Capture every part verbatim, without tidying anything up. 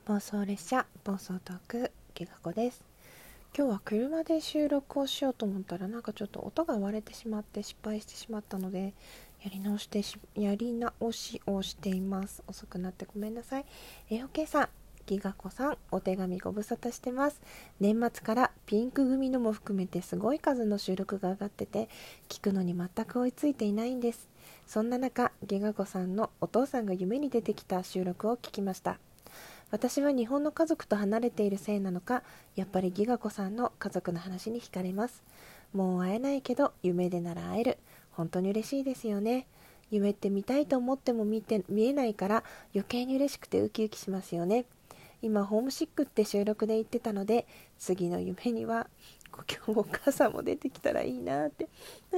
暴走列車暴走トークきがこです。今日は車で収録をしようと思ったらなんかちょっと音が割れてしまって失敗してしまったのでやり直してしやり直しをしています。遅くなってごめんなさい。えー、OK さん、きがこさん、お手紙ご無沙汰してます。年末からピンク組のも含めてすごい数の収録が上がってて聞くのに全く追いついていないんです。そんな中、ギガ子さんのお父さんが夢に出てきた収録を聞きました。私は日本の家族と離れているせいなのか、やっぱりギガ子さんの家族の話に惹かれます。もう会えないけど夢でなら会える。本当に嬉しいですよね。夢って見たいと思っても見て見えないから余計に嬉しくてウキウキしますよね。今ホームシックって収録で言ってたので、次の夢には故郷お母さんも出てきたらいいなって。うん、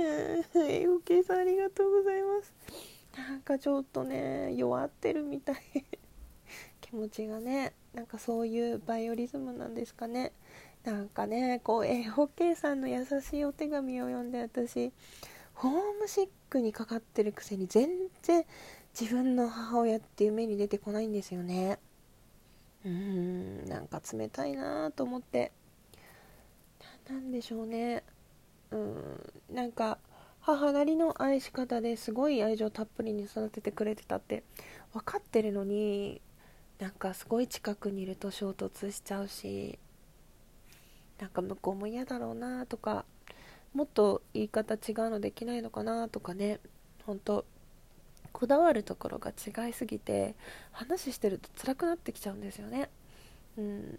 えおけいさんありがとうございます。なんかちょっとね弱ってるみたい気持ちがね、なんかそういうバイオリズムなんですかね。なんかね、こう エーオーケー さんの優しいお手紙を読んで、私ホームシックにかかってるくせに全然自分の母親って夢に出てこないんですよね。うーん、なんか冷たいなと思って、なんでしょうね。うーん、なんか母なりの愛し方ですごい愛情たっぷりに育ててくれてたって分かってるのに、なんかすごい近くにいると衝突しちゃうし、なんか向こうも嫌だろうなとか、もっと言い方違うのできないのかなとかね、ほんとこだわるところが違いすぎて話してると辛くなってきちゃうんですよね。うん、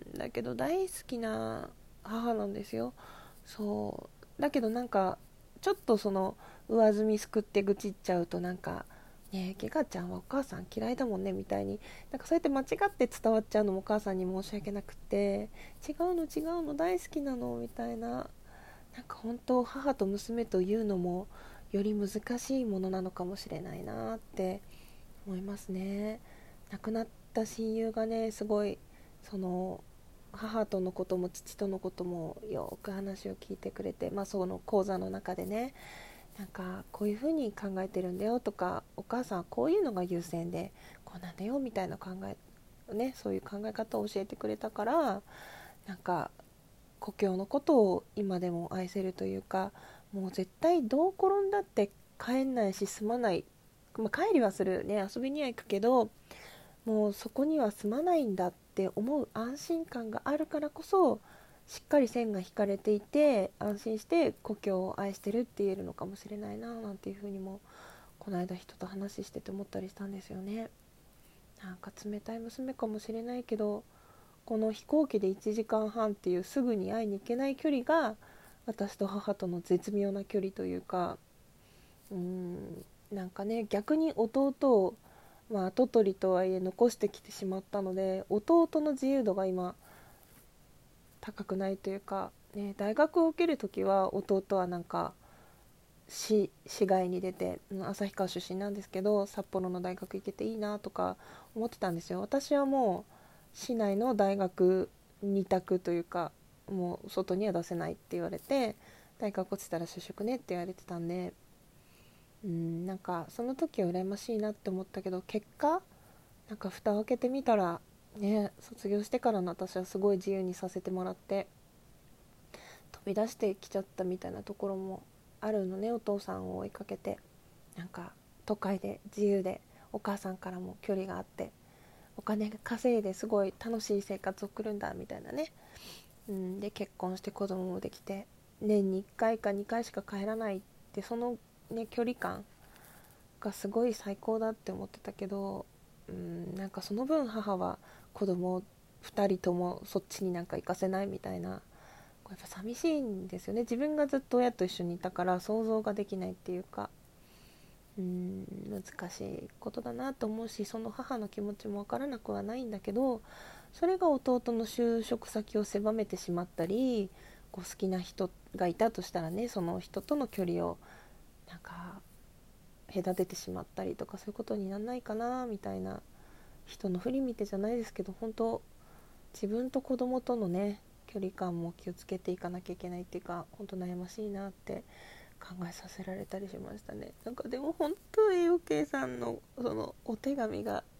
だけど大好きな母なんですよ。そうだけどなんかちょっとその上積みすくって愚痴っちゃうと、なんかねえギガちゃんはお母さん嫌いだもんねみたいに、なんかそうやって間違って伝わっちゃうのもお母さんに申し訳なくて、違うの違うの大好きなのみたいな、なんか本当母と娘というのもより難しいものなのかもしれないなって思いますね。亡くなった親友がね、すごいその母とのことも父とのこともよく話を聞いてくれて、まあその講座の中でね、なんかこういう風に考えてるんだよとか、お母さんはこういうのが優先でこうなんだよみたいな考えね、そういう考え方を教えてくれたから、なんか故郷のことを今でも愛せるというか、もう絶対どう転んだって帰んないし住まない、まあ、帰りはするね、遊びには行くけど、もうそこには住まないんだって思う安心感があるからこそ、しっかり線が引かれていて安心して故郷を愛してるって言えるのかもしれないな、なんていうふうにもこの間人と話してて思ったりしたんですよね。なんか冷たい娘かもしれないけど、この飛行機でいちじかんはんっていうすぐに会いに行けない距離が私と母との絶妙な距離というか、うーん、なんかね、逆に弟を、まあ、跡取りとはいえ残してきてしまったので、弟の自由度が今高くないというか、ね、大学を受けるときは弟はなんか市市外に出て、旭川出身なんですけど札幌の大学行けていいなとか思ってたんですよ。私はもう市内の大学に択というか、もう外には出せないって言われて、大学落ちたら就職ねって言われてたんで、うん、なんかその時は羨ましいなって思ったけど、結果なんか蓋を開けてみたらね、卒業してからの私はすごい自由にさせてもらって飛び出してきちゃったみたいなところもあるのね。お父さんを追いかけて、なんか都会で自由でお母さんからも距離があって、お金稼いですごい楽しい生活を送るんだみたいなね、うん、で結婚して子供もできて年にいっかいかにかいしか帰らないって、その、ね、距離感がすごい最高だって思ってたけど、うん、なんかその分母は子供ふたりともそっちになんか行かせないみたいな、やっぱ寂しいんですよね。自分がずっと親と一緒にいたから想像ができないっていうか、うーん難しいことだなと思うし、その母の気持ちもわからなくはないんだけど、それが弟の就職先を狭めてしまったり、こう好きな人がいたとしたらね、その人との距離をなんか隔ててしまったりとか、そういうことにならないかなみたいな、人の振り見てじゃないですけど、本当自分と子供とのね距離感も気をつけていかなきゃいけないっていうか、本当悩ましいなって考えさせられたりしましたね。なんかでも本当 エーオーケー さんのそのお手紙が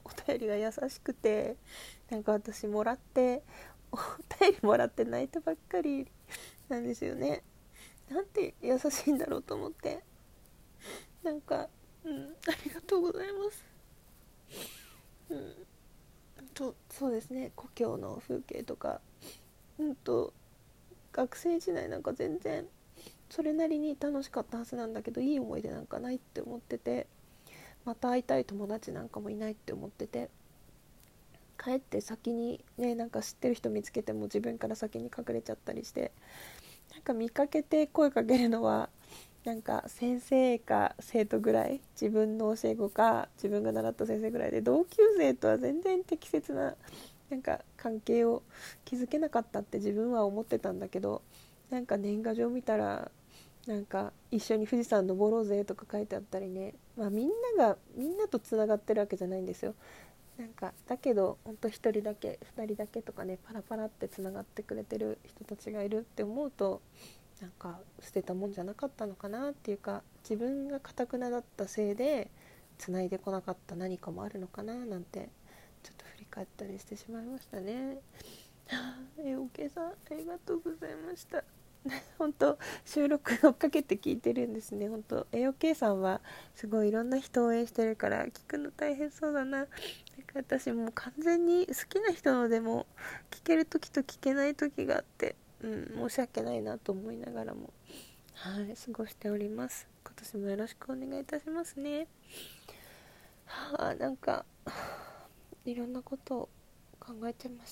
お便りが優しくて、なんか私もらってお便りもらって泣いたばっかりなんですよね。なんて優しいんだろうと思って、なんか、うん、ありがとうございます。うんとそうですね、故郷の風景とか、うんと学生時代なんか全然それなりに楽しかったはずなんだけど、いい思い出なんかないって思ってて、また会いたい友達なんかもいないって思ってて、帰って先にね、なんか知ってる人見つけても自分から先に隠れちゃったりして、なんか見かけて声かけるのはなんか先生か生徒ぐらい、自分の教え子か自分が習った先生ぐらいで、同級生とは全然適切ななんか関係を築けなかったって自分は思ってたんだけど、なんか年賀状見たらなんか一緒に富士山登ろうぜとか書いてあったりね、まあみんながみんなとつながってるわけじゃないんですよ。なんかだけどほんとひとりだけふたりだけとかね、パラパラってつながってくれてる人たちがいるって思うと、なんか捨てたもんじゃなかったのかなっていうか、自分が堅くなだったせいで繋いでこなかった何かもあるのかななんてちょっと振り返ったりしてしまいましたね。えおけさんありがとうございました。本当収録追っかけて聞いてるんですね。本当 エーオーケー さんはすごいいろんな人を応援してるから聞くの大変そうだな。なんか私もう完全に好きな人のでも聞ける時と聞けない時があって、うん、申し訳ないなと思いながらも、はい、過ごしております。今年もよろしくお願いいたしますね。はあ、なんかいろんなことを考えてました。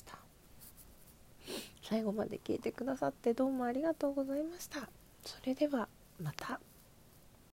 最後まで聞いてくださってどうもありがとうございました。それではまた。